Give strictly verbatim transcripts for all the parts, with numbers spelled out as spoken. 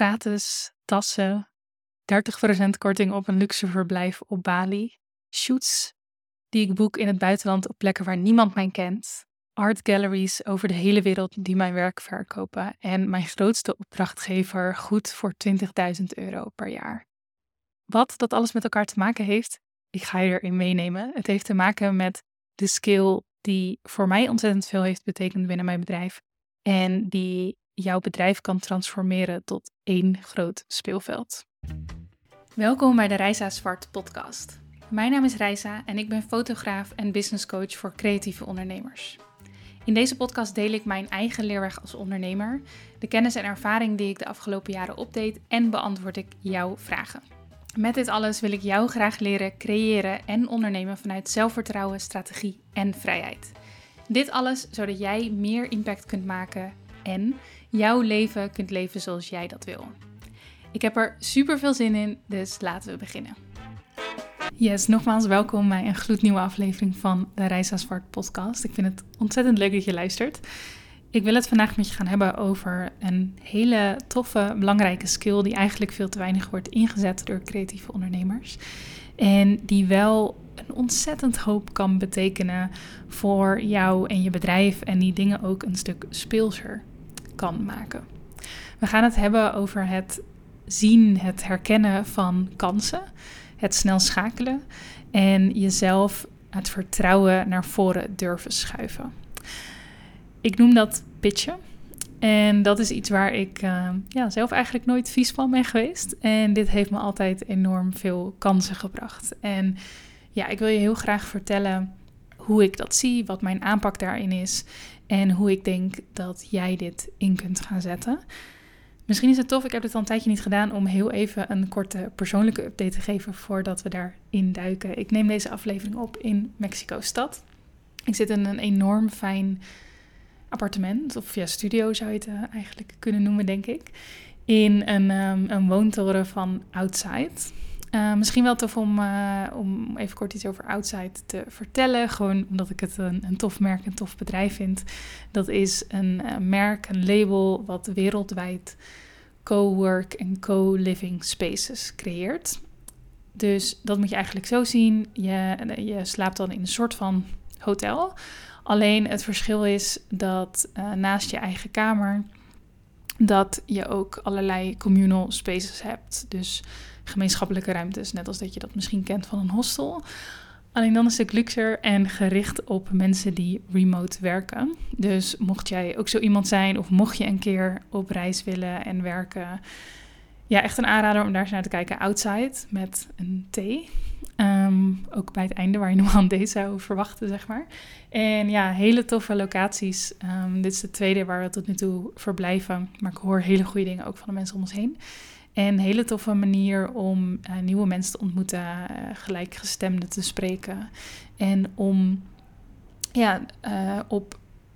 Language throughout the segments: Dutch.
gratis tassen, dertig procent korting op een luxe verblijf op Bali, shoots die ik boek in het buitenland op plekken waar niemand mij kent, art galleries over de hele wereld die mijn werk verkopen en mijn grootste opdrachtgever goed voor twintigduizend euro per jaar. Wat dat alles met elkaar te maken heeft, ik ga je erin meenemen. Het heeft te maken met de skill die voor mij ontzettend veel heeft betekend binnen mijn bedrijf en die jouw bedrijf kan transformeren tot één groot speelveld. Welkom bij de Reisa Zwart podcast. Mijn naam is Reisa en ik ben fotograaf en businesscoach voor creatieve ondernemers. In deze podcast deel ik mijn eigen leerweg als ondernemer, de kennis en ervaring die ik de afgelopen jaren opdeed en beantwoord ik jouw vragen. Met dit alles wil ik jou graag leren creëren en ondernemen vanuit zelfvertrouwen, strategie en vrijheid. Dit alles zodat jij meer impact kunt maken en jouw leven kunt leven zoals jij dat wil. Ik heb er super veel zin in, dus laten we beginnen. Yes, nogmaals welkom bij een gloednieuwe aflevering van de Reisa Zwart podcast. Ik vind het ontzettend leuk dat je luistert. Ik wil het vandaag met je gaan hebben over een hele toffe, belangrijke skill die eigenlijk veel te weinig wordt ingezet door creatieve ondernemers. En die wel een ontzettend hoop kan betekenen voor jou en je bedrijf en die dingen ook een stuk speelser kan maken. We gaan het hebben over het zien, het herkennen van kansen, het snel schakelen en jezelf het vertrouwen naar voren durven schuiven. Ik noem dat pitchen. En dat is iets waar ik uh, ja, zelf eigenlijk nooit vies van ben geweest. En dit heeft me altijd enorm veel kansen gebracht. En ja, ik wil je heel graag vertellen hoe ik dat zie, wat mijn aanpak daarin is en hoe ik denk dat jij dit in kunt gaan zetten. Misschien is het tof, ik heb dit al een tijdje niet gedaan, om heel even een korte persoonlijke update te geven voordat we daarin duiken. Ik neem deze aflevering op in Mexico-stad. Ik zit in een enorm fijn appartement, of ja, studio zou je het uh, eigenlijk kunnen noemen, denk ik. In een, um, een woontoren van Outside. Uh, misschien wel tof om, uh, om even kort iets over Outside te vertellen. Gewoon omdat ik het een, een tof merk, een tof bedrijf vind. Dat is een uh, merk, een label wat wereldwijd co-work en co-living spaces creëert. Dus dat moet je eigenlijk zo zien. Je, je slaapt dan in een soort van hotel. Alleen het verschil is dat uh, naast je eigen kamer, dat je ook allerlei communal spaces hebt. Dus gemeenschappelijke ruimtes, net als dat je dat misschien kent van een hostel. Alleen dan een stuk luxer en gericht op mensen die remote werken. Dus mocht jij ook zo iemand zijn of mocht je een keer op reis willen en werken, ja, echt een aanrader om daar eens naar te kijken. Outside met een T. Um, ook bij het einde waar je normaal een D zou verwachten, zeg maar. En ja, hele toffe locaties. Um, dit is de tweede waar we tot nu toe verblijven. Maar ik hoor hele goede dingen ook van de mensen om ons heen. En een hele toffe manier om uh, nieuwe mensen te ontmoeten, uh, gelijkgestemden te spreken. En om ja, uh, op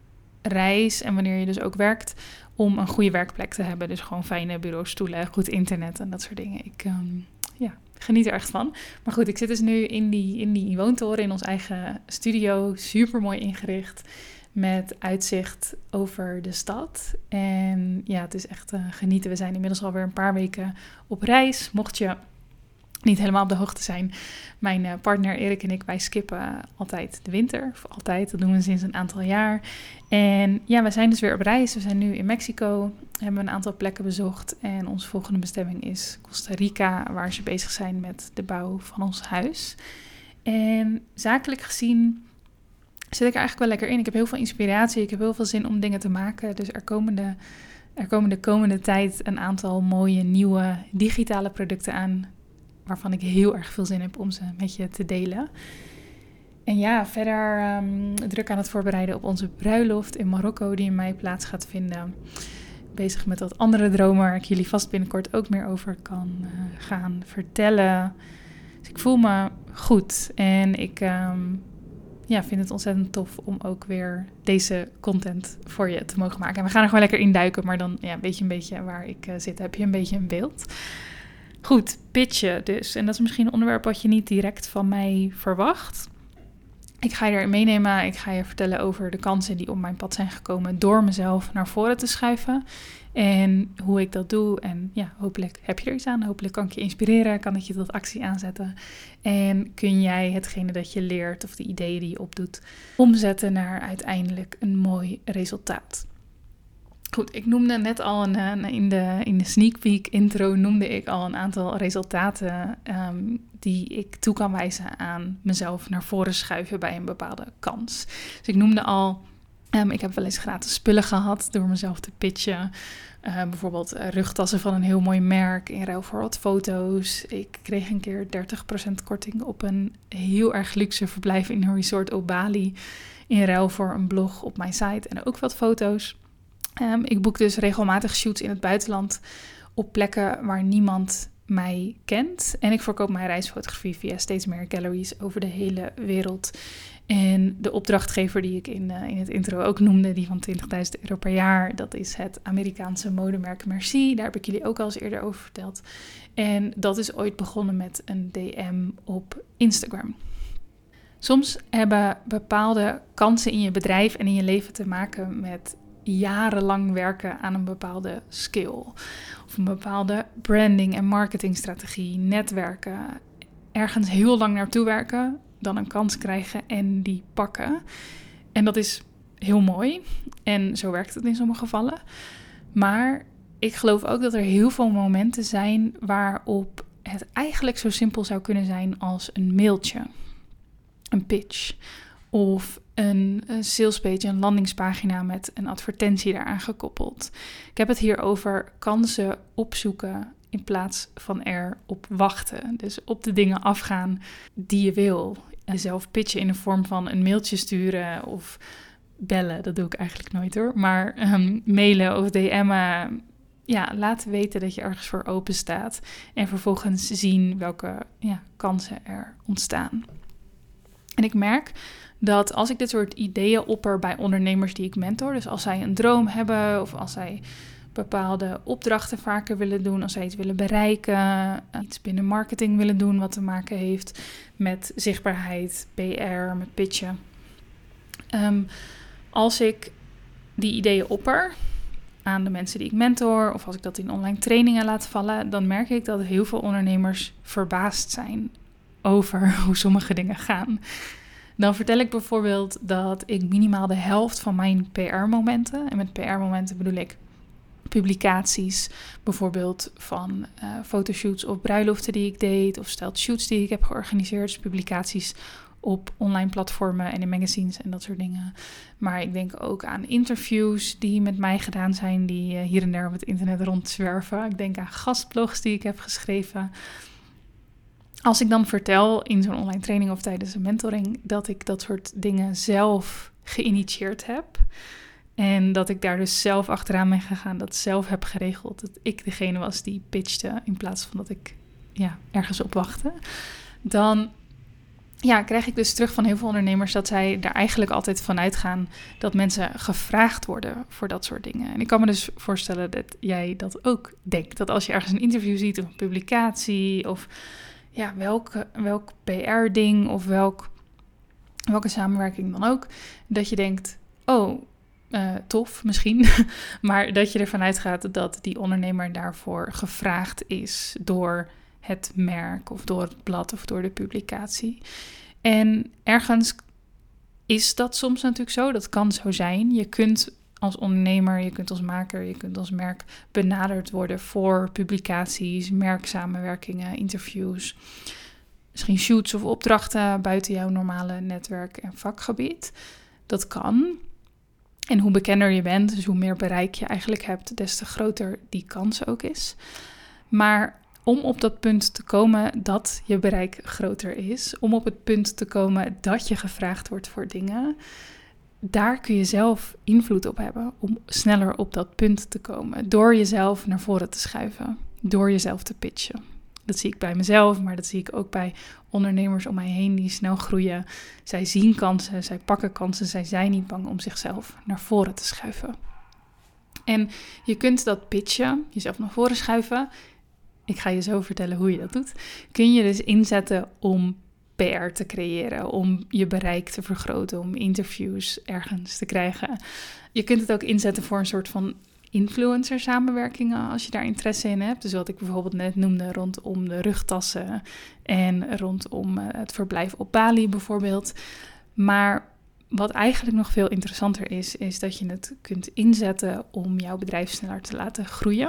reis en wanneer je dus ook werkt, om een goede werkplek te hebben. Dus gewoon fijne bureaustoelen, goed internet en dat soort dingen. Ik um, ja, geniet er echt van. Maar goed, ik zit dus nu in die, in die woontoren in ons eigen studio. Super mooi ingericht. Met uitzicht over de stad. En ja, het is echt uh, genieten. We zijn inmiddels alweer een paar weken op reis. Mocht je niet helemaal op de hoogte zijn. Mijn uh, partner Erik en ik, wij skippen altijd de winter. Of altijd, dat doen we sinds een aantal jaar. En ja, we zijn dus weer op reis. We zijn nu in Mexico. Hebben een aantal plekken bezocht. En onze volgende bestemming is Costa Rica. Waar ze bezig zijn met de bouw van ons huis. En zakelijk gezien zit ik er eigenlijk wel lekker in. Ik heb heel veel inspiratie. Ik heb heel veel zin om dingen te maken. Dus er komen de, er komen de komende tijd een aantal mooie nieuwe digitale producten aan, waarvan ik heel erg veel zin heb om ze met je te delen. En ja, verder um, druk aan het voorbereiden op onze bruiloft in Marokko, die in mei plaats gaat vinden. Bezig met wat andere dromen, waar ik jullie vast binnenkort ook meer over kan uh, gaan vertellen. Dus ik voel me goed en ik um, ja, vind het ontzettend tof om ook weer deze content voor je te mogen maken. En we gaan er gewoon lekker in duiken, maar dan ja, weet je een beetje waar ik uh, zit. Heb je een beetje een beeld. Goed, pitchen dus. En dat is misschien een onderwerp wat je niet direct van mij verwacht. Ik ga je erin meenemen. Ik ga je vertellen over de kansen die op mijn pad zijn gekomen door mezelf naar voren te schuiven. En hoe ik dat doe. En ja, hopelijk heb je er iets aan. Hopelijk kan ik je inspireren. Kan ik je tot actie aanzetten. En kun jij hetgene dat je leert of de ideeën die je opdoet omzetten naar uiteindelijk een mooi resultaat. Goed, ik noemde net al een, een, in, de, in de sneak peek intro noemde ik al een aantal resultaten um, die ik toe kan wijzen aan mezelf naar voren schuiven bij een bepaalde kans. Dus ik noemde al, um, ik heb wel eens gratis spullen gehad door mezelf te pitchen. Uh, bijvoorbeeld uh, rugtassen van een heel mooi merk in ruil voor wat foto's. Ik kreeg een keer dertig procent korting op een heel erg luxe verblijf in een resort op Bali in ruil voor een blog op mijn site en ook wat foto's. Um, ik boek dus regelmatig shoots in het buitenland op plekken waar niemand mij kent. En ik verkoop mijn reisfotografie via steeds meer galleries over de hele wereld. En de opdrachtgever die ik in, uh, in het intro ook noemde, die van twintigduizend euro per jaar, dat is het Amerikaanse modemerk Merci. Daar heb ik jullie ook al eens eerder over verteld. En dat is ooit begonnen met een D M op Instagram. Soms hebben bepaalde kansen in je bedrijf en in je leven te maken met jarenlang werken aan een bepaalde skill. Of een bepaalde branding- en marketingstrategie, netwerken. Ergens heel lang naartoe werken, dan een kans krijgen en die pakken. En dat is heel mooi. En zo werkt het in sommige gevallen. Maar ik geloof ook dat er heel veel momenten zijn waarop het eigenlijk zo simpel zou kunnen zijn als een mailtje. Een pitch. Of een, een salespage, een landingspagina met een advertentie daaraan gekoppeld. Ik heb het hier over kansen opzoeken in plaats van erop wachten. Dus op de dingen afgaan die je wil. Jezelf pitchen in de vorm van een mailtje sturen of bellen. Dat doe ik eigenlijk nooit hoor. Maar um, mailen of D M'en. Ja, laten weten dat je ergens voor open staat. En vervolgens zien welke ja, kansen er ontstaan. En ik merk dat als ik dit soort ideeën opper bij ondernemers die ik mentor, dus als zij een droom hebben of als zij bepaalde opdrachten vaker willen doen, als zij iets willen bereiken, iets binnen marketing willen doen wat te maken heeft met zichtbaarheid, P R, met pitchen. Um, als ik die ideeën opper aan de mensen die ik mentor of als ik dat in online trainingen laat vallen, dan merk ik dat heel veel ondernemers verbaasd zijn over hoe sommige dingen gaan. Dan vertel ik bijvoorbeeld dat ik minimaal de helft van mijn P R-momenten, en met P R-momenten bedoel ik publicaties, bijvoorbeeld van uh, fotoshoots of bruiloften die ik deed, of stelt shoots die ik heb georganiseerd, dus publicaties op online platformen en in magazines en dat soort dingen. Maar ik denk ook aan interviews die met mij gedaan zijn, die uh, hier en daar op het internet rondzwerven. Ik denk aan gastblogs die ik heb geschreven. Als ik dan vertel in zo'n online training of tijdens een mentoring dat ik dat soort dingen zelf geïnitieerd heb en dat ik daar dus zelf achteraan ben gegaan, dat zelf heb geregeld, dat ik degene was die pitchte in plaats van dat ik ja, ergens op wachtte, dan ja, krijg ik dus terug van heel veel ondernemers dat zij er eigenlijk altijd van uitgaan dat mensen gevraagd worden voor dat soort dingen. En ik kan me dus voorstellen dat jij dat ook denkt. Dat als je ergens een interview ziet of een publicatie of ja, welke, welk P R-ding of welk, welke samenwerking dan ook, dat je denkt, oh, uh, tof misschien, maar dat je ervan uitgaat dat die ondernemer daarvoor gevraagd is door het merk of door het blad of door de publicatie. En ergens is dat soms natuurlijk zo, dat kan zo zijn. Je kunt als ondernemer, je kunt als maker, je kunt als merk benaderd worden voor publicaties, merksamenwerkingen, interviews, misschien shoots of opdrachten buiten jouw normale netwerk en vakgebied. Dat kan. En hoe bekender je bent, dus hoe meer bereik je eigenlijk hebt, des te groter die kans ook is. Maar om op dat punt te komen dat je bereik groter is, om op het punt te komen dat je gevraagd wordt voor dingen, daar kun je zelf invloed op hebben om sneller op dat punt te komen. Door jezelf naar voren te schuiven, door jezelf te pitchen. Dat zie ik bij mezelf, maar dat zie ik ook bij ondernemers om mij heen die snel groeien. Zij zien kansen, zij pakken kansen, zij zijn niet bang om zichzelf naar voren te schuiven. En je kunt dat pitchen, jezelf naar voren schuiven, ik ga je zo vertellen hoe je dat doet, kun je dus inzetten om P R te creëren, om je bereik te vergroten, om interviews ergens te krijgen. Je kunt het ook inzetten voor een soort van influencer samenwerkingen als je daar interesse in hebt. Dus wat ik bijvoorbeeld net noemde rondom de rugtassen en rondom het verblijf op Bali bijvoorbeeld. Maar wat eigenlijk nog veel interessanter is, is dat je het kunt inzetten om jouw bedrijf sneller te laten groeien.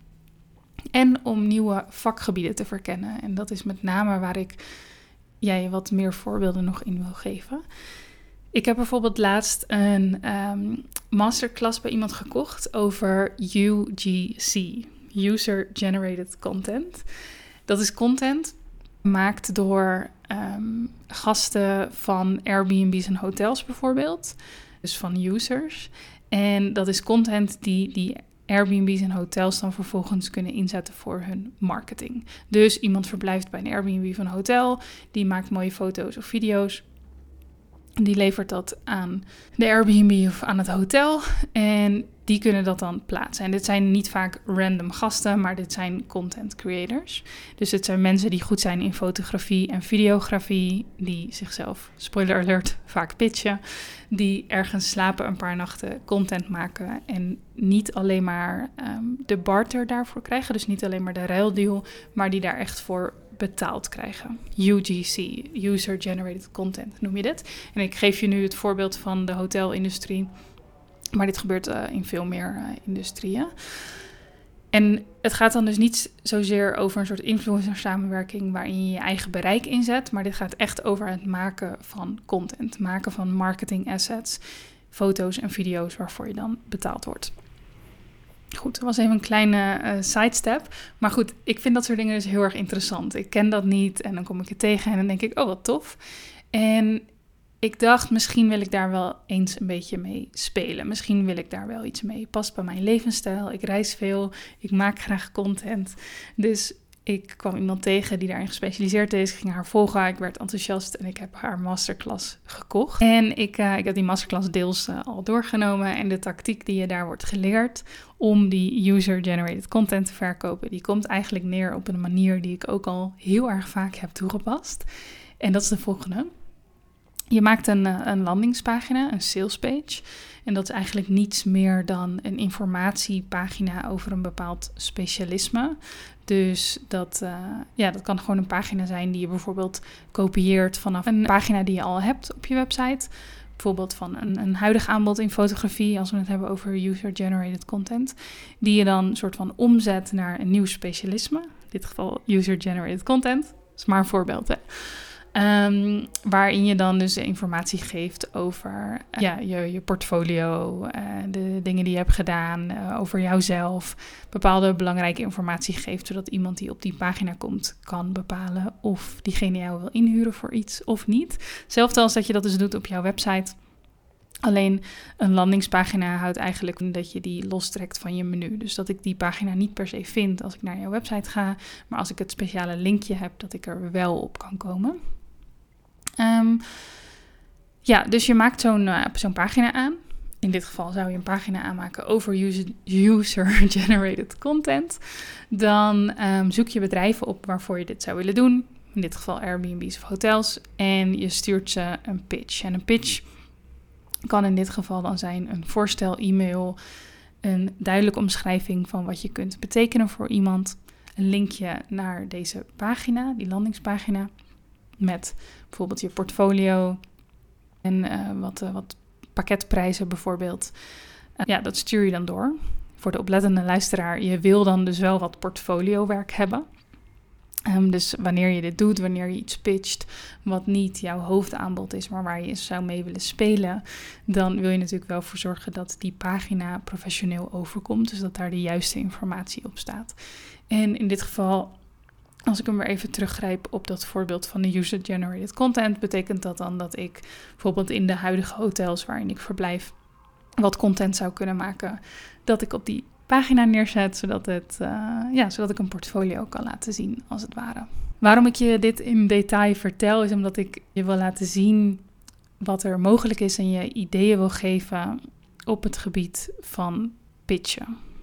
En om nieuwe vakgebieden te verkennen. En dat is met name waar ik jij ja, wat meer voorbeelden nog in wil geven. Ik heb bijvoorbeeld laatst een um, masterclass bij iemand gekocht over U G C, User Generated Content. Dat is content gemaakt door um, gasten van Airbnb's en hotels bijvoorbeeld. Dus van users. En dat is content die die Airbnb's en hotels dan vervolgens kunnen inzetten voor hun marketing. Dus iemand verblijft bij een Airbnb van een hotel, die maakt mooie foto's of video's. Die levert dat aan de Airbnb of aan het hotel en die kunnen dat dan plaatsen. En dit zijn niet vaak random gasten, maar dit zijn content creators. Dus het zijn mensen die goed zijn in fotografie en videografie, die zichzelf, spoiler alert, vaak pitchen, die ergens slapen een paar nachten content maken en niet alleen maar um, de barter daarvoor krijgen, dus niet alleen maar de ruildeal, maar die daar echt voor betaald krijgen. U G C, User Generated Content noem je dit. En ik geef je nu het voorbeeld van de hotelindustrie, maar dit gebeurt uh, in veel meer uh, industrieën. En het gaat dan dus niet zozeer over een soort influencer samenwerking waarin je je eigen bereik inzet, maar dit gaat echt over het maken van content, maken van marketing assets, foto's en video's waarvoor je dan betaald wordt. Goed, dat was even een kleine uh, sidestep. Maar goed, ik vind dat soort dingen dus heel erg interessant. Ik ken dat niet en dan kom ik het tegen en dan denk ik, oh wat tof. En ik dacht, misschien wil ik daar wel eens een beetje mee spelen. Misschien wil ik daar wel iets mee. Past bij mijn levensstijl. Ik reis veel. Ik maak graag content. Dus ik kwam iemand tegen die daarin gespecialiseerd is. Ik ging haar volgen. Ik werd enthousiast en ik heb haar masterclass gekocht. En ik, uh, ik heb die masterclass deels uh, al doorgenomen. En de tactiek die je daar wordt geleerd om die user-generated content te verkopen, die komt eigenlijk neer op een manier die ik ook al heel erg vaak heb toegepast. En dat is de volgende. Je maakt een, een landingspagina, een salespage. En dat is eigenlijk niets meer dan een informatiepagina over een bepaald specialisme. Dus dat, uh, ja, dat kan gewoon een pagina zijn die je bijvoorbeeld kopieert vanaf een pagina die je al hebt op je website. Bijvoorbeeld van een, een huidig aanbod in fotografie, als we het hebben over user-generated content. Die je dan soort van omzet naar een nieuw specialisme. In dit geval user-generated content. Dat is maar een voorbeeld, hè. Um, waarin je dan dus informatie geeft over uh, ja, je, je portfolio, uh, de dingen die je hebt gedaan, uh, over jouzelf. Bepaalde belangrijke informatie geeft, zodat iemand die op die pagina komt kan bepalen of diegene jou wil inhuren voor iets of niet. Hetzelfde als dat je dat dus doet op jouw website. Alleen een landingspagina houdt eigenlijk in dat je die lostrekt van je menu. Dus dat ik die pagina niet per se vind als ik naar jouw website ga, maar als ik het speciale linkje heb, dat ik er wel op kan komen. Um, ja, dus je maakt zo'n, uh, zo'n pagina aan. In dit geval zou je een pagina aanmaken over user, user-generated content. Dan um, zoek je bedrijven op waarvoor je dit zou willen doen. In dit geval Airbnb's of hotels. En je stuurt ze een pitch. En een pitch kan in dit geval dan zijn een voorstel-e-mail, een duidelijke omschrijving van wat je kunt betekenen voor iemand, een linkje naar deze pagina, die landingspagina, met bijvoorbeeld je portfolio en uh, wat, uh, wat pakketprijzen bijvoorbeeld. Uh, ja, dat stuur je dan door. Voor de oplettende luisteraar, je wil dan dus wel wat portfoliowerk hebben. Um, dus wanneer je dit doet, wanneer je iets pitcht, wat niet jouw hoofdaanbod is, maar waar je zou mee willen spelen, dan wil je natuurlijk wel voor zorgen dat die pagina professioneel overkomt. Dus dat daar de juiste informatie op staat. En in dit geval, als ik hem weer even teruggrijp op dat voorbeeld van de user-generated content, betekent dat dan dat ik bijvoorbeeld in de huidige hotels waarin ik verblijf wat content zou kunnen maken, dat ik op die pagina neerzet, zodat, het, uh, ja, zodat ik een portfolio kan laten zien, als het ware. Waarom ik je dit in detail vertel, is omdat ik je wil laten zien wat er mogelijk is en je ideeën wil geven op het gebied van pitchen.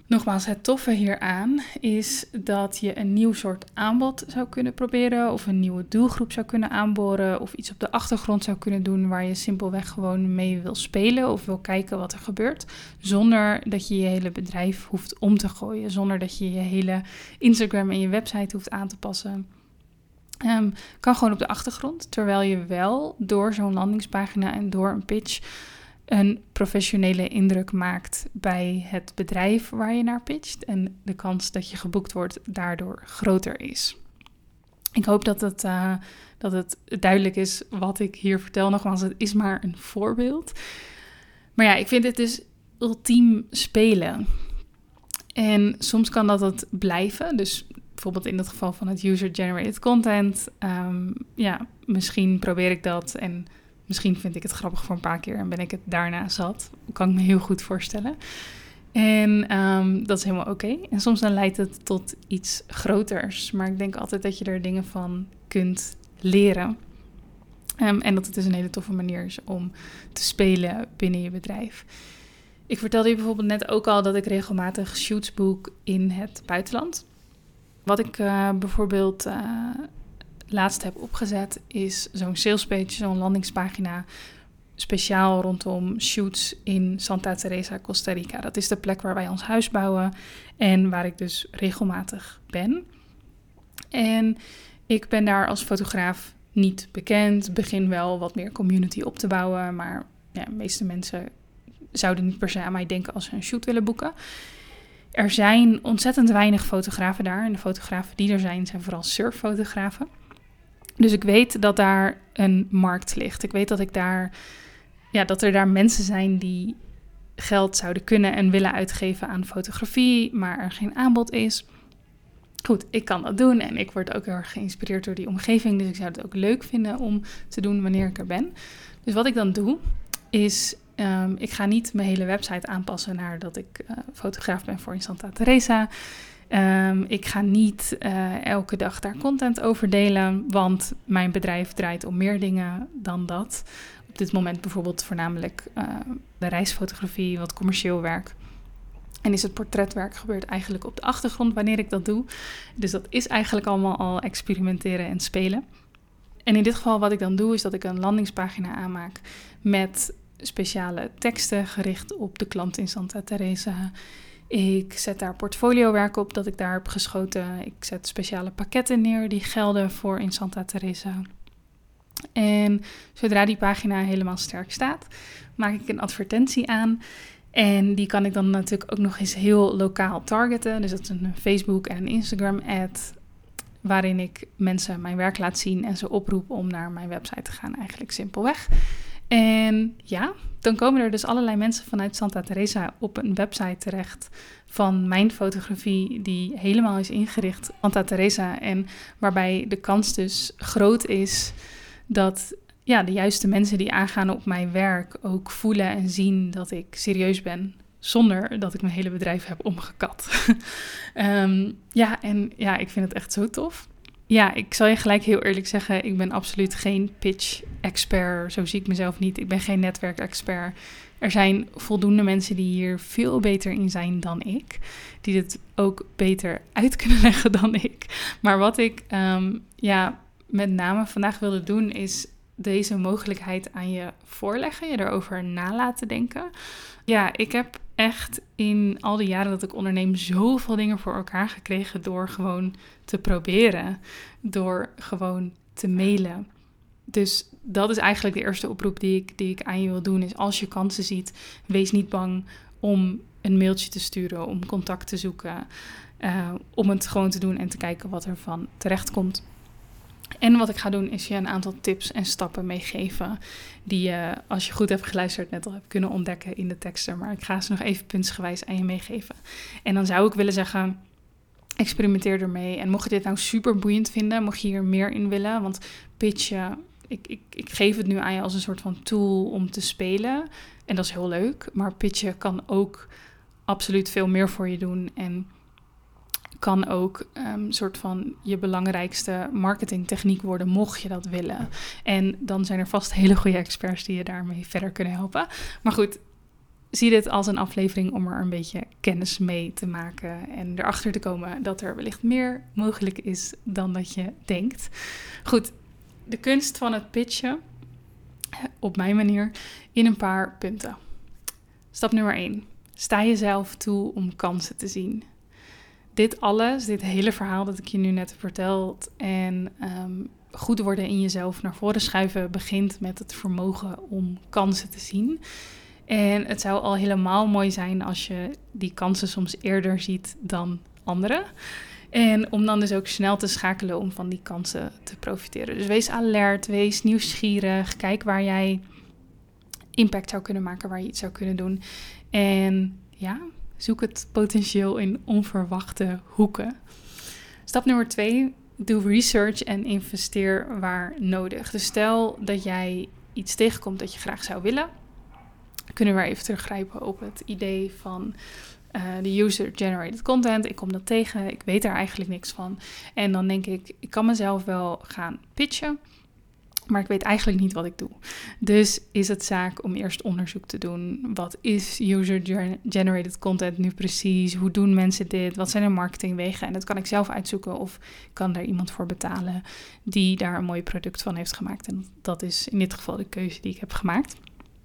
Nogmaals, het toffe hieraan is dat je een nieuw soort aanbod zou kunnen proberen of een nieuwe doelgroep zou kunnen aanboren of iets op de achtergrond zou kunnen doen waar je simpelweg gewoon mee wil spelen of wil kijken wat er gebeurt, zonder dat je je hele bedrijf hoeft om te gooien, zonder dat je je hele Instagram en je website hoeft aan te passen. Um, kan gewoon op de achtergrond, terwijl je wel door zo'n landingspagina en door een pitch een professionele indruk maakt bij het bedrijf waar je naar pitcht. En de kans dat je geboekt wordt daardoor groter is. Ik hoop dat het, uh, dat het duidelijk is wat ik hier vertel. Nogmaals, het is maar een voorbeeld. Maar ja, ik vind het dus ultiem spelen. En soms kan dat het blijven. Dus bijvoorbeeld in het geval van het user-generated content. Um, ja, misschien probeer ik dat en misschien vind ik het grappig voor een paar keer en ben ik het daarna zat. Kan ik me heel goed voorstellen. En um, dat is helemaal oké. Okay. En soms dan leidt het tot iets groters. Maar ik denk altijd dat je er dingen van kunt leren. Um, en dat het dus een hele toffe manier is om te spelen binnen je bedrijf. Ik vertelde je bijvoorbeeld net ook al dat ik regelmatig shoots boek in het buitenland. Wat ik uh, bijvoorbeeld uh, laatst heb opgezet is zo'n salespage, zo'n landingspagina speciaal rondom shoots in Santa Teresa, Costa Rica. Dat is de plek waar wij ons huis bouwen en waar ik dus regelmatig ben. En ik ben daar als fotograaf niet bekend, begin wel wat meer community op te bouwen, maar ja, de meeste mensen zouden niet per se aan mij denken als ze een shoot willen boeken. Er zijn ontzettend weinig fotografen daar en de fotografen die er zijn, zijn vooral surffotografen. Dus ik weet dat daar een markt ligt. Ik weet dat ik daar, ja, dat er daar mensen zijn die geld zouden kunnen en willen uitgeven aan fotografie, maar er geen aanbod is. Goed, ik kan dat doen en ik word ook heel erg geïnspireerd door die omgeving. Dus ik zou het ook leuk vinden om te doen wanneer ik er ben. Dus wat ik dan doe, is um, ik ga niet mijn hele website aanpassen naar dat ik uh, fotograaf ben voor in Santa Teresa. Um, ik ga niet uh, elke dag daar content over delen, want mijn bedrijf draait om meer dingen dan dat. Op dit moment bijvoorbeeld voornamelijk uh, de reisfotografie, wat commercieel werk. En is het portretwerk gebeurt eigenlijk op de achtergrond wanneer ik dat doe. Dus dat is eigenlijk allemaal al experimenteren en spelen. En in dit geval wat ik dan doe is dat ik een landingspagina aanmaak met speciale teksten gericht op de klant in Santa Teresa. Ik zet daar portfoliowerk op dat ik daar heb geschoten. Ik zet speciale pakketten neer die gelden voor in Santa Teresa. En zodra die pagina helemaal sterk staat, maak ik een advertentie aan. En die kan ik dan natuurlijk ook nog eens heel lokaal targeten. Dus dat is een Facebook en een Instagram ad, waarin ik mensen mijn werk laat zien en ze oproep om naar mijn website te gaan, eigenlijk simpelweg. En ja, dan komen er dus allerlei mensen vanuit Santa Teresa op een website terecht van mijn fotografie die helemaal is ingericht op Santa Teresa. En waarbij de kans dus groot is dat ja, de juiste mensen die aangaan op mijn werk ook voelen en zien dat ik serieus ben, zonder dat ik mijn hele bedrijf heb omgekat. um, ja, en ja, ik vind het echt zo tof. Ja, ik zal je gelijk heel eerlijk zeggen, ik ben absoluut geen pitch-expert. Zo zie ik mezelf niet. Ik ben geen netwerkexpert. Er zijn voldoende mensen die hier veel beter in zijn dan ik. Die dit ook beter uit kunnen leggen dan ik. Maar wat ik um, ja, met name vandaag wilde doen is deze mogelijkheid aan je voorleggen. Je erover na laten denken. Ja, ik heb echt in al die jaren dat ik onderneem zoveel dingen voor elkaar gekregen door gewoon te proberen. Door gewoon te mailen. Dus dat is eigenlijk de eerste oproep die ik, die ik aan je wil doen. Is als je kansen ziet, wees niet bang om een mailtje te sturen, om contact te zoeken. Uh, om het gewoon te doen en te kijken wat er van terecht komt. En wat ik ga doen is je een aantal tips en stappen meegeven die je, als je goed hebt geluisterd, net al hebt kunnen ontdekken in de teksten. Maar ik ga ze nog even puntsgewijs aan je meegeven. En dan zou ik willen zeggen, experimenteer ermee. En mocht je dit nou super boeiend vinden, mocht je hier meer in willen, want pitchen, ik, ik, ik geef het nu aan je als een soort van tool om te spelen. En dat is heel leuk, maar pitchen kan ook absoluut veel meer voor je doen en kan ook een um, soort van je belangrijkste marketingtechniek worden, mocht je dat willen. En dan zijn er vast hele goede experts die je daarmee verder kunnen helpen. Maar goed, zie dit als een aflevering om er een beetje kennis mee te maken en erachter te komen dat er wellicht meer mogelijk is dan dat je denkt. Goed, de kunst van het pitchen, op mijn manier, in een paar punten. Stap nummer één. Sta jezelf toe om kansen te zien. Dit alles, dit hele verhaal dat ik je nu net heb verteld en um, goed worden in jezelf naar voren schuiven begint met het vermogen om kansen te zien. En het zou al helemaal mooi zijn als je die kansen soms eerder ziet dan anderen. En om dan dus ook snel te schakelen om van die kansen te profiteren. Dus wees alert, wees nieuwsgierig, kijk waar jij impact zou kunnen maken, waar je iets zou kunnen doen. En ja, zoek het potentieel in onverwachte hoeken. Stap nummer twee, doe research en investeer waar nodig. Dus stel dat jij iets tegenkomt dat je graag zou willen. Kunnen we weer even teruggrijpen op het idee van uh, de user-generated content. Ik kom dat tegen, ik weet daar eigenlijk niks van. En dan denk ik, ik kan mezelf wel gaan pitchen, maar ik weet eigenlijk niet wat ik doe. Dus is het zaak om eerst onderzoek te doen. Wat is user-generated content nu precies? Hoe doen mensen dit? Wat zijn de marketingwegen? En dat kan ik zelf uitzoeken of kan daar iemand voor betalen die daar een mooi product van heeft gemaakt. En dat is in dit geval de keuze die ik heb gemaakt.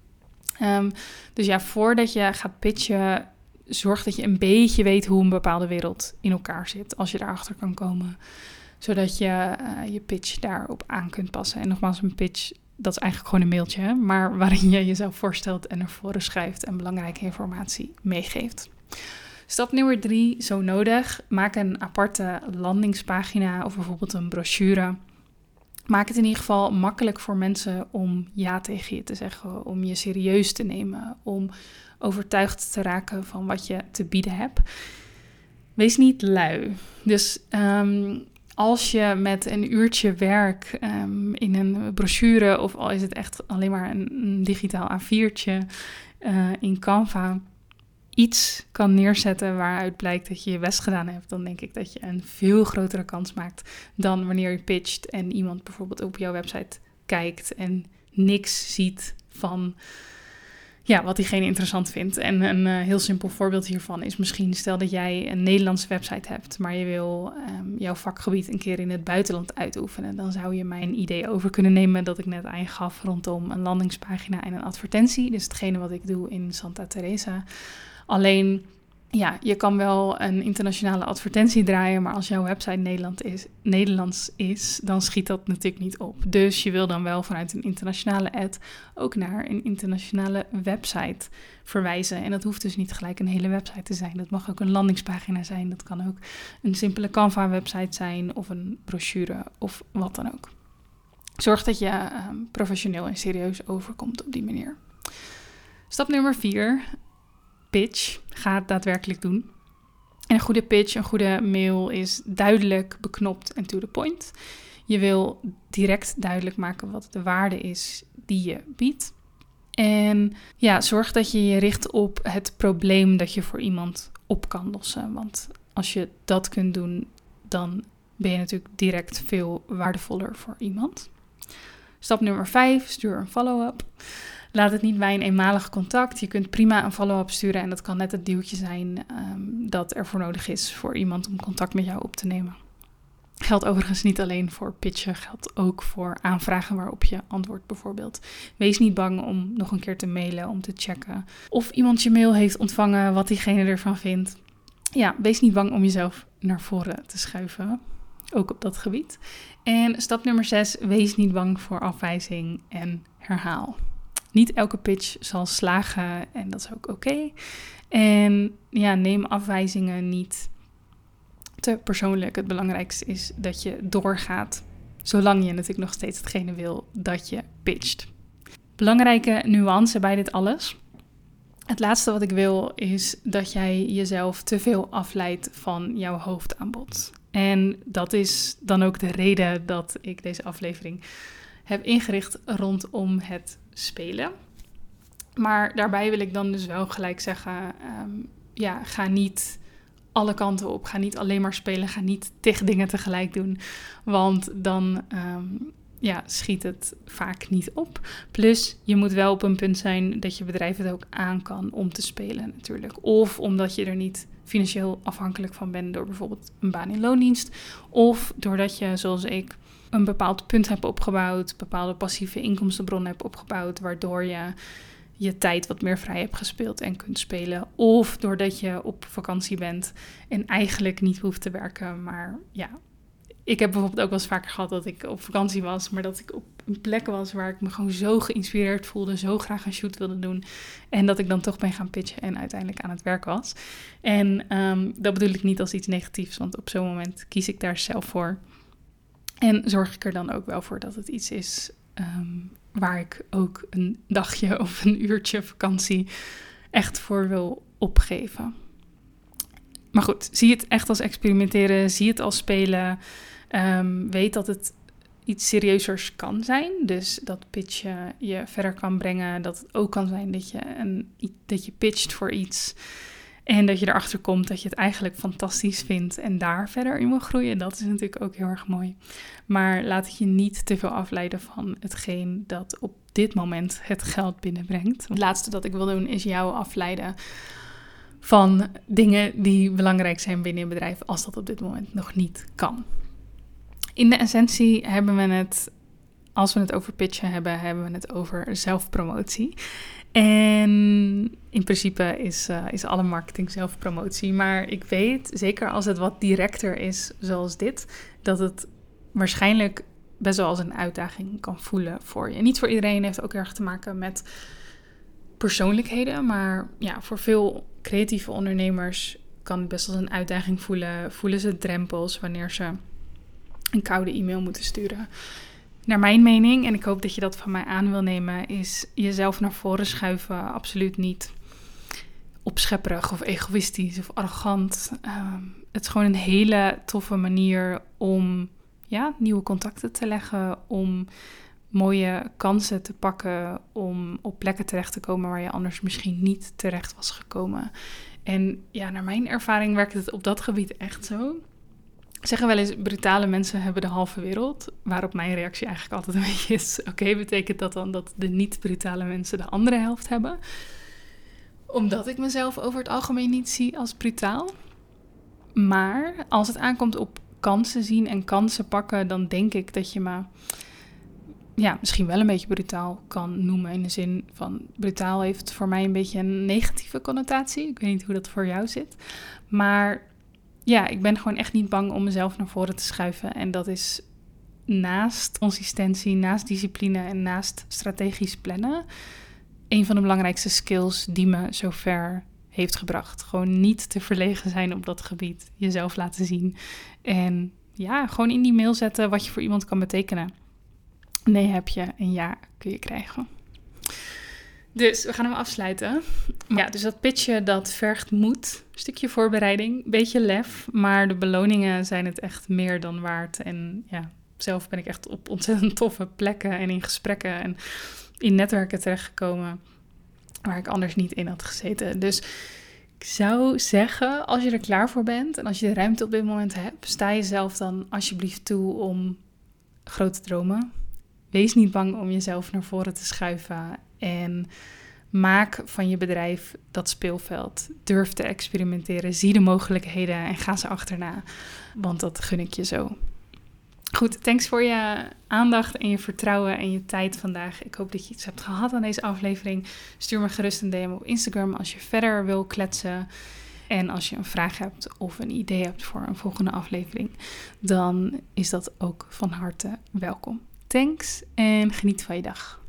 Um, dus ja, voordat je gaat pitchen, zorg dat je een beetje weet hoe een bepaalde wereld in elkaar zit. Als je daarachter kan komen. Zodat je uh, je pitch daarop aan kunt passen. En nogmaals, een pitch, dat is eigenlijk gewoon een mailtje. Hè? Maar waarin je jezelf voorstelt en naar voren schrijft en belangrijke informatie meegeeft. Stap nummer drie, zo nodig. Maak een aparte landingspagina of bijvoorbeeld een brochure. Maak het in ieder geval makkelijk voor mensen om ja tegen je te zeggen, om je serieus te nemen, om overtuigd te raken van wat je te bieden hebt. Wees niet lui. Dus um, als je met een uurtje werk um, in een brochure, of al is het echt alleen maar een, een digitaal A viertje uh, in Canva, iets kan neerzetten waaruit blijkt dat je je best gedaan hebt, dan denk ik dat je een veel grotere kans maakt dan wanneer je pitcht en iemand bijvoorbeeld op jouw website kijkt en niks ziet van ja, wat diegene interessant vindt. En een uh, heel simpel voorbeeld hiervan is misschien, stel dat jij een Nederlandse website hebt, maar je wil um, jouw vakgebied een keer in het buitenland uitoefenen. Dan zou je mijn idee over kunnen nemen dat ik net aan je gaf rondom een landingspagina en een advertentie. Dus hetgene wat ik doe in Santa Teresa. Alleen, ja, je kan wel een internationale advertentie draaien, maar als jouw website Nederland is, Nederlands is, dan schiet dat natuurlijk niet op. Dus je wil dan wel vanuit een internationale ad ook naar een internationale website verwijzen. En dat hoeft dus niet gelijk een hele website te zijn. Dat mag ook een landingspagina zijn. Dat kan ook een simpele Canva-website zijn of een brochure of wat dan ook. Zorg dat je um, professioneel en serieus overkomt op die manier. Stap nummer vier. Pitch. Ga het daadwerkelijk doen. En een goede pitch, een goede mail is duidelijk, beknopt en to the point. Je wil direct duidelijk maken wat de waarde is die je biedt. En ja, zorg dat je je richt op het probleem dat je voor iemand op kan lossen. Want als je dat kunt doen, dan ben je natuurlijk direct veel waardevoller voor iemand. Stap nummer vijf, stuur een follow-up. Laat het niet bij een eenmalig contact. Je kunt prima een follow-up sturen en dat kan net het duwtje zijn um, dat er voor nodig is voor iemand om contact met jou op te nemen. Geldt overigens niet alleen voor pitchen, geldt ook voor aanvragen waarop je antwoordt bijvoorbeeld. Wees niet bang om nog een keer te mailen, om te checken of iemand je mail heeft ontvangen, wat diegene ervan vindt. Ja, wees niet bang om jezelf naar voren te schuiven, ook op dat gebied. En stap nummer zes, wees niet bang voor afwijzing en herhaal. Niet elke pitch zal slagen en dat is ook oké. Okay. En ja, neem afwijzingen niet te persoonlijk. Het belangrijkste is dat je doorgaat, zolang je natuurlijk nog steeds hetgene wil dat je pitcht. Belangrijke nuance bij dit alles. Het laatste wat ik wil is dat jij jezelf te veel afleidt van jouw hoofdaanbod. En dat is dan ook de reden dat ik deze aflevering heb ingericht rondom het spelen. Maar daarbij wil ik dan dus wel gelijk zeggen, um, ja, ga niet alle kanten op. Ga niet alleen maar spelen, ga niet tig dingen tegelijk doen. Want dan um, ja, schiet het vaak niet op. Plus, je moet wel op een punt zijn dat je bedrijf het ook aan kan om te spelen natuurlijk. Of omdat je er niet financieel afhankelijk van bent door bijvoorbeeld een baan in loondienst. Of doordat je, zoals ik, een bepaald punt hebt opgebouwd, bepaalde passieve inkomstenbronnen hebt opgebouwd, waardoor je je tijd wat meer vrij hebt gespeeld en kunt spelen. Of doordat je op vakantie bent en eigenlijk niet hoeft te werken, maar ja... Ik heb bijvoorbeeld ook wel eens vaker gehad dat ik op vakantie was, maar dat ik op een plek was waar ik me gewoon zo geïnspireerd voelde, zo graag een shoot wilde doen. En dat ik dan toch ben gaan pitchen en uiteindelijk aan het werk was. En um, dat bedoel ik niet als iets negatiefs, want op zo'n moment kies ik daar zelf voor. En zorg ik er dan ook wel voor dat het iets is um, waar ik ook een dagje of een uurtje vakantie echt voor wil opgeven. Maar goed, zie het echt als experimenteren, zie het als spelen. Um, weet dat het iets serieuzers kan zijn. Dus dat pitchen je verder kan brengen. Dat het ook kan zijn dat je, een, dat je pitcht voor iets. En dat je erachter komt dat je het eigenlijk fantastisch vindt. En daar verder in wil groeien. Dat is natuurlijk ook heel erg mooi. Maar laat het je niet te veel afleiden van hetgeen dat op dit moment het geld binnenbrengt. Het laatste dat ik wil doen is jou afleiden van dingen die belangrijk zijn binnen een bedrijf, als dat op dit moment nog niet kan. In de essentie hebben we het, als we het over pitchen hebben, hebben we het over zelfpromotie. En in principe is, uh, is alle marketing zelfpromotie. Maar ik weet, zeker als het wat directer is zoals dit, dat het waarschijnlijk best wel als een uitdaging kan voelen voor je. En niet voor iedereen, heeft ook erg te maken met persoonlijkheden. Maar ja, voor veel creatieve ondernemers kan het best als een uitdaging voelen. Voelen ze drempels wanneer ze een koude e-mail moeten sturen. Naar mijn mening, en ik hoop dat je dat van mij aan wil nemen, is jezelf naar voren schuiven absoluut niet opschepperig of egoïstisch of arrogant. Uh, het is gewoon een hele toffe manier om ja, nieuwe contacten te leggen, om mooie kansen te pakken, om op plekken terecht te komen waar je anders misschien niet terecht was gekomen. En ja, naar mijn ervaring werkt het op dat gebied echt zo. Zeggen wel eens, brutale mensen hebben de halve wereld. Waarop mijn reactie eigenlijk altijd een beetje is, oké, okay, betekent dat dan dat de niet-brutale mensen de andere helft hebben? Omdat ik mezelf over het algemeen niet zie als brutaal. Maar als het aankomt op kansen zien en kansen pakken, dan denk ik dat je me ja, misschien wel een beetje brutaal kan noemen. In de zin van, brutaal heeft voor mij een beetje een negatieve connotatie. Ik weet niet hoe dat voor jou zit. Maar ja, ik ben gewoon echt niet bang om mezelf naar voren te schuiven. En dat is naast consistentie, naast discipline en naast strategisch plannen een van de belangrijkste skills die me zo ver heeft gebracht. Gewoon niet te verlegen zijn op dat gebied. Jezelf laten zien. En ja, gewoon in die mail zetten wat je voor iemand kan betekenen. Nee heb je en ja kun je krijgen. Dus we gaan hem afsluiten. Ja, dus dat pitchen, dat vergt moed. Een stukje voorbereiding, beetje lef. Maar de beloningen zijn het echt meer dan waard. En ja, zelf ben ik echt op ontzettend toffe plekken en in gesprekken en in netwerken terechtgekomen waar ik anders niet in had gezeten. Dus ik zou zeggen, als je er klaar voor bent en als je de ruimte op dit moment hebt, sta jezelf dan alsjeblieft toe om grote dromen. Wees niet bang om jezelf naar voren te schuiven en maak van je bedrijf dat speelveld. Durf te experimenteren, zie de mogelijkheden en ga ze achterna, want dat gun ik je zo. Goed, thanks voor je aandacht en je vertrouwen en je tijd vandaag. Ik hoop dat je iets hebt gehad aan deze aflevering. Stuur me gerust een D M op Instagram als je verder wil kletsen. En als je een vraag hebt of een idee hebt voor een volgende aflevering, dan is dat ook van harte welkom. Thanks en geniet van je dag.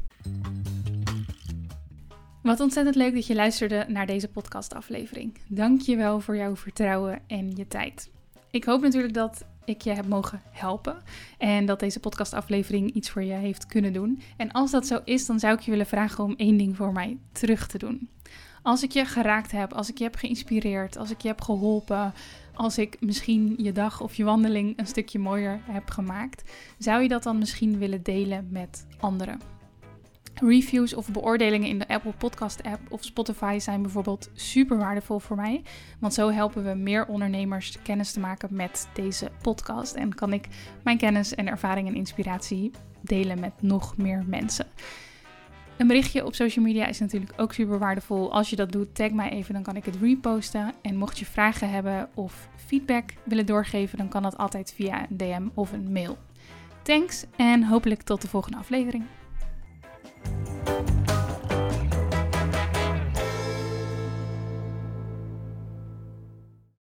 Wat ontzettend leuk dat je luisterde naar deze podcastaflevering. Dank je wel voor jouw vertrouwen en je tijd. Ik hoop natuurlijk dat ik je heb mogen helpen en dat deze podcastaflevering iets voor je heeft kunnen doen. En als dat zo is, dan zou ik je willen vragen om één ding voor mij terug te doen. Als ik je geraakt heb, als ik je heb geïnspireerd, als ik je heb geholpen, als ik misschien je dag of je wandeling een stukje mooier heb gemaakt, zou je dat dan misschien willen delen met anderen? Reviews of beoordelingen in de Apple Podcast app of Spotify zijn bijvoorbeeld super waardevol voor mij. Want zo helpen we meer ondernemers kennis te maken met deze podcast. En kan ik mijn kennis en ervaring en inspiratie delen met nog meer mensen. Een berichtje op social media is natuurlijk ook super waardevol. Als je dat doet, tag mij even, dan kan ik het reposten. En mocht je vragen hebben of feedback willen doorgeven, dan kan dat altijd via een D M of een mail. Thanks en hopelijk tot de volgende aflevering.